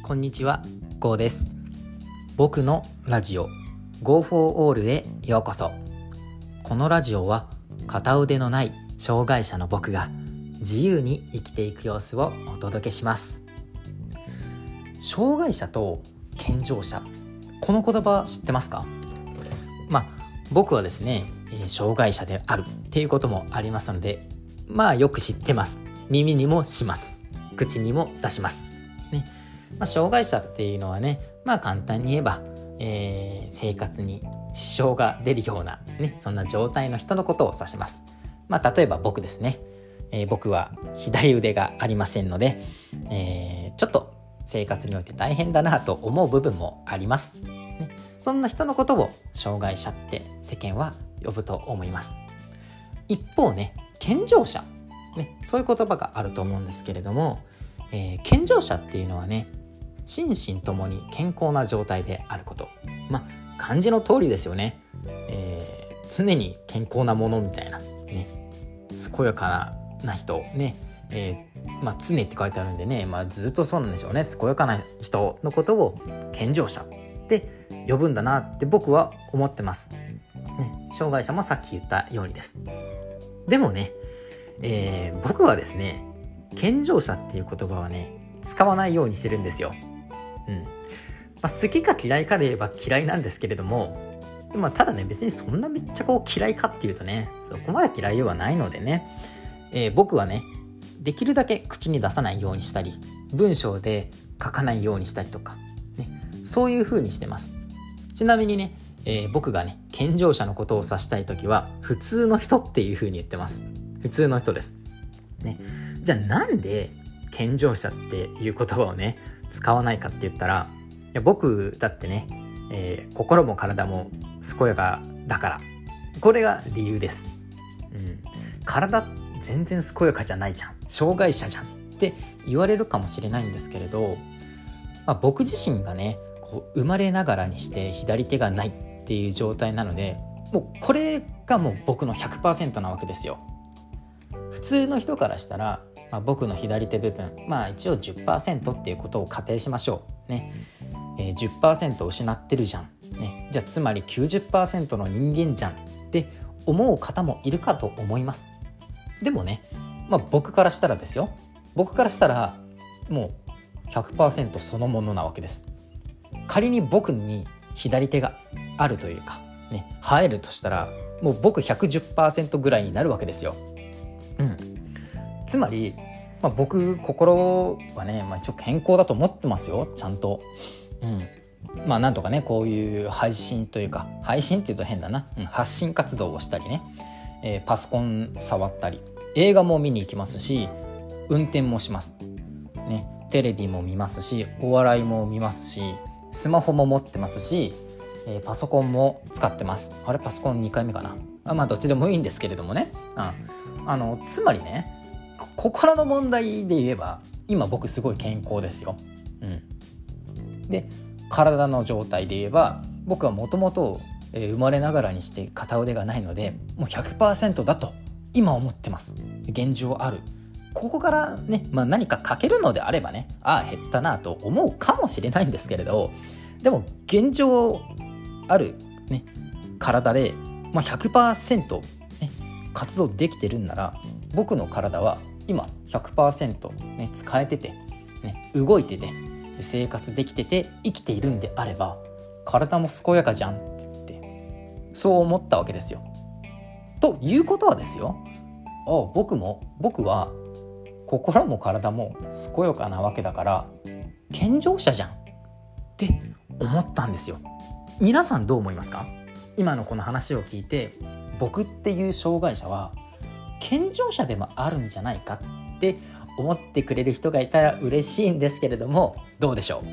こんにちは、ゴーです。僕のラジオ Go for All へようこそ。このラジオは片腕のない障害者の僕が自由に生きていく様子をお届けします。障害者と健常者、この言葉知ってますか？僕はですね、障害者であるっていうこともありますので、よく知ってます。耳にもします。口にも出しますね。障害者っていうのはね、簡単に言えば、生活に支障が出るようなね、そんな状態の人のことを指します。例えば僕ですね、僕は左腕がありませんので、ちょっと生活において大変だなと思う部分もあります、ね、そんな人のことを障害者って世間は呼ぶと思います。一方ね、健常者、ね、そういう言葉があると思うんですけれども、健常者っていうのはね、心身ともに健康な状態であること。漢字の通りですよね。常に健康なものみたいな、ね、健やかな人ね、常って書いてあるんでね、ずっとそうなんでしょうね。健やかな人のことを健常者って呼ぶんだなって僕は思ってます、ね、障害者もさっき言ったようにです。でもね、僕はですね、健常者っていう言葉はね、使わないようにしてるんですよ。好きか嫌いかで言えば嫌いなんですけれども、ただね、別にそんなめっちゃ嫌いかっていうとね、そこまで嫌いではないのでね、僕はね、できるだけ口に出さないようにしたり、文章で書かないようにしたりとか、ね、そういう風にしてます。ちなみにね、僕がね、健常者のことを指したいときは、普通の人っていう風に言ってます。普通の人です。ね、じゃあなんで健常者っていう言葉をね、使わないかって言ったら、僕だってね、心も体も健やかだから、これが理由です。体全然健やかじゃないじゃん、障害者じゃんって言われるかもしれないんですけれど、僕自身がね、生まれながらにして左手がないっていう状態なので、もうこれがもう僕の 100% なわけですよ。普通の人からしたら、僕の左手部分、一応 10% っていうことを仮定しましょうね。10% 失ってるじゃん、ね、じゃあつまり 90% の人間じゃんって思う方もいるかと思います。でもね、僕からしたらですよ、僕からしたらもう 100% そのものなわけです。仮に僕に左手があるというかね、生えるとしたら、もう僕 110% ぐらいになるわけですよ。つまり、僕心はね、一応健康だと思ってますよ、ちゃんと。なんとかね、こういう配信というか、配信っていうと変だな、発信活動をしたりね、パソコン触ったり、映画も見に行きますし、運転もします、ね、テレビも見ますし、お笑いも見ますし、スマホも持ってますし、パソコンも使ってます。あれ、パソコン2回目かな。どっちでもいいんですけれどもね、つまりね、心の問題で言えば今僕すごい健康ですよ。で、体の状態で言えば僕はもともと生まれながらにして片腕がないので、もう 100% だと今思ってます。現状ある。ここからね、何か欠けるのであればね、減ったなと思うかもしれないんですけれど、でも現状ある、ね、体で、100%、ね、活動できてるんなら、僕の体は今 100%、ね、使えてて、ね、動いてて、生活できてて生きているんであれば、体も健やかじゃんってそう思ったわけですよ。ということはですよ、僕は心も体も健やかなわけだから健常者じゃんって思ったんですよ。皆さんどう思いますか？今のこの話を聞いて、僕っていう障害者は健常者でもあるんじゃないかって思ってくれる人がいたら嬉しいんですけれども、どうでしょう？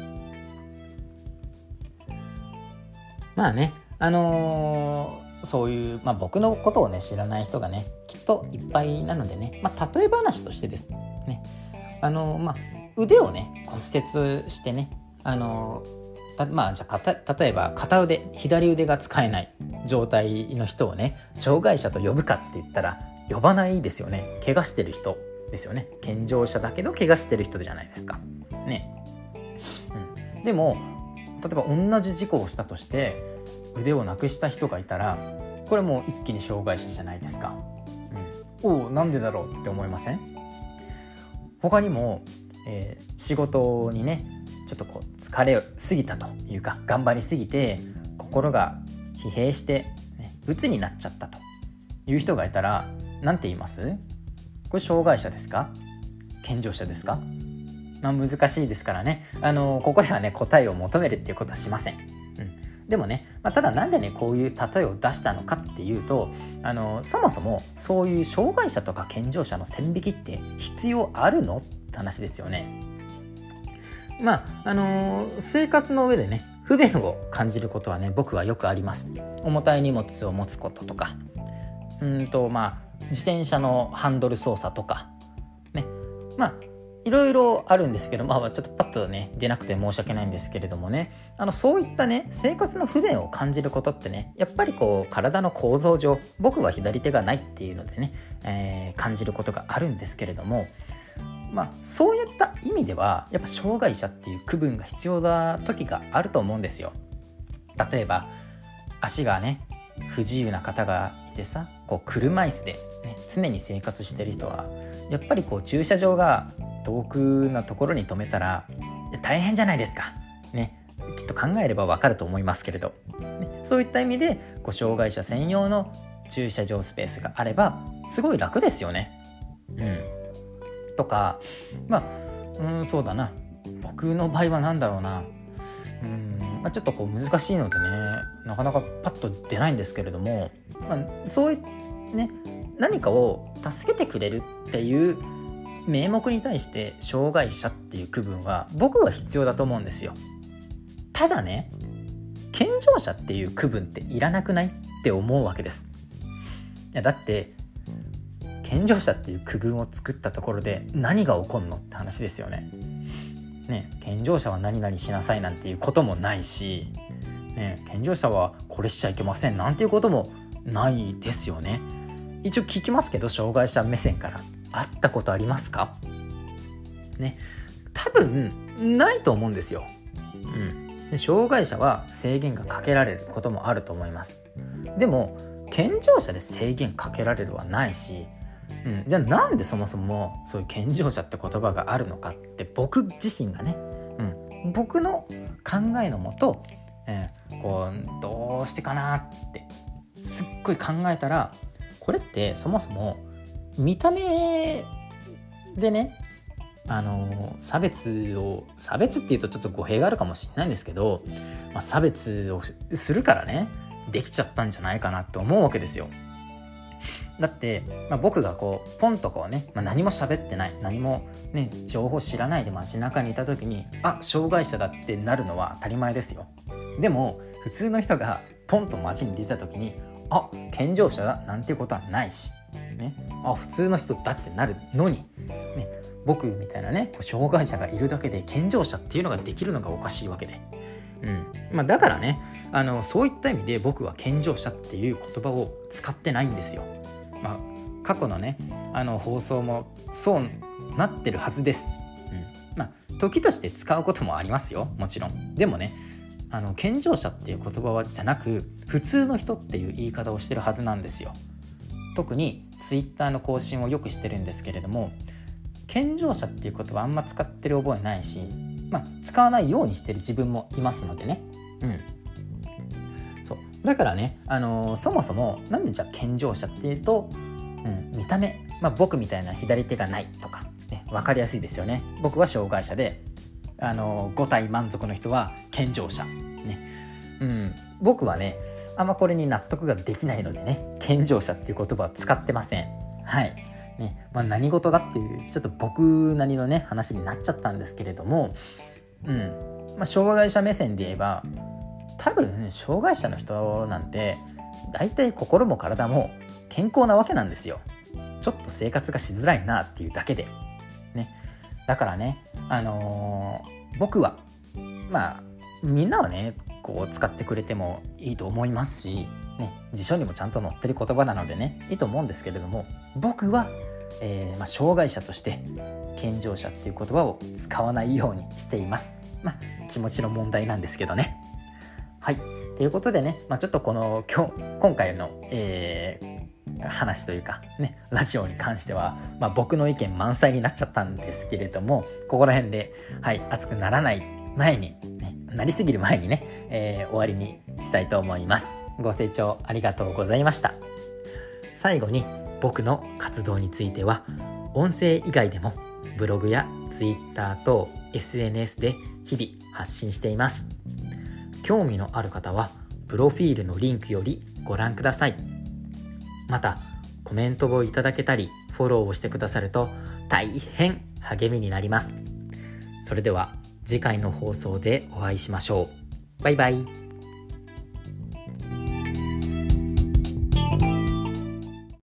そういう、僕のことをね、知らない人がね、きっといっぱいなのでね、例え話としてですね、腕をね骨折してね、じゃあ例えば片腕、左腕が使えない状態の人をね、障害者と呼ぶかって言ったら呼ばないですよね。怪我してる人ですよね。健常者だけど怪我してる人じゃないですかね。 でも例えば同じ事故をしたとして腕をなくした人がいたら、これもう一気に障害者じゃないですか。なんでだろうって思いません？他にも、仕事にねちょっと疲れすぎたというか、頑張りすぎて心が疲弊して、鬱になっちゃったという人がいたら、なんて言います？これ障害者ですか？健常者ですか？難しいですからね、ここではね答えを求めるっていうことはしません。でもね、ただなんでねこういう例えを出したのかっていうと、そもそもそういう障害者とか健常者の線引きって必要あるのって話ですよね。生活の上でね不便を感じることはね僕はよくあります。重たい荷物を持つこととか、自転車のハンドル操作とかね、いろいろあるんですけど、ちょっとパッとね出なくて申し訳ないんですけれどもね、そういったね生活の不便を感じることってね、やっぱり体の構造上僕は左手がないっていうのでね、感じることがあるんですけれども、そういった意味ではやっぱ障害者っていう区分が必要な時があると思うんですよ。例えば足がね不自由な方がいてさ、車椅子で、常に生活してる人はやっぱり駐車場が遠くなところに止めたら大変じゃないですか、きっと考えればわかると思いますけれど、そういった意味で障害者専用の駐車場スペースがあればすごい楽ですよね。とかそうだな、僕の場合はなんだろうな、ちょっと難しいのでねなかなかパッと出ないんですけれども、そういうね何かを助けてくれるっていう名目に対して障害者っていう区分は僕は必要だと思うんですよ。ただね、健常者っていう区分っていらなくないって思うわけです。いやだって健常者っていう区分を作ったところで何が起こんのって話ですよね。健常者は何々しなさいなんていうこともないし、健常者はこれしちゃいけませんなんていうこともないですよね。一応聞きますけど、障害者目線から会ったことありますか？多分ないと思うんですよ。で障害者は制限がかけられることもあると思います。でも健常者で制限かけられるはないし、じゃあなんでそもそもそういう健常者って言葉があるのかって僕自身がね、僕の考えのもと、どうしてかなってすっごい考えたら、これってそもそも見た目でね差別っていうとちょっと語弊があるかもしれないんですけど、差別をするからねできちゃったんじゃないかなと思うわけですよ。だって、僕がポンと何も喋ってない、何もね情報知らないで街中にいた時に障害者だってなるのは当たり前ですよ。でも普通の人がポンと街に出た時に健常者だなんていうことはないし、普通の人だってなるのに、僕みたいなね障害者がいるだけで健常者っていうのができるのがおかしいわけで、だからねそういった意味で僕は健常者っていう言葉を使ってないんですよ。過去のね放送もそうなってるはずです。時として使うこともありますよ、もちろん。でもね健常者っていう言葉じゃなく普通の人っていう言い方をしてるはずなんですよ。特にツイッターの更新をよくしてるんですけれども、健常者っていう言葉あんま使ってる覚えないし、使わないようにしてる自分もいますのでね。そうだからねそもそもなんでじゃあ健常者っていうと、見た目、僕みたいな左手がないとか、分かりやすいですよね。僕は障害者で5体満足の人は健常者、僕はねあんまこれに納得ができないのでね健常者っていう言葉は使ってません。何事だっていうちょっと僕なりのね話になっちゃったんですけれども、障害者目線で言えば多分障害者の人なんて大体心も体も健康なわけなんですよ。ちょっと生活がしづらいなっていうだけでね。だからね僕はみんなはね使ってくれてもいいと思いますし、辞書にもちゃんと載ってる言葉なのでねいいと思うんですけれども、僕は、障害者として健常者っていう言葉を使わないようにしています。 気持ちの問題なんですけどね。はい。ということでね、ちょっと今回の、話というかね、ラジオに関しては、僕の意見満載になっちゃったんですけれども、ここら辺で、熱くならない前に、なりすぎる前にね、終わりにしたいと思います。ご清聴ありがとうございました。最後に僕の活動については、音声以外でもブログやツイッター等 SNS で日々発信しています。興味のある方はプロフィールのリンクよりご覧ください。またコメントをいただけたりフォローをしてくださると大変励みになります。それでは次回の放送でお会いしましょう。バイバイ。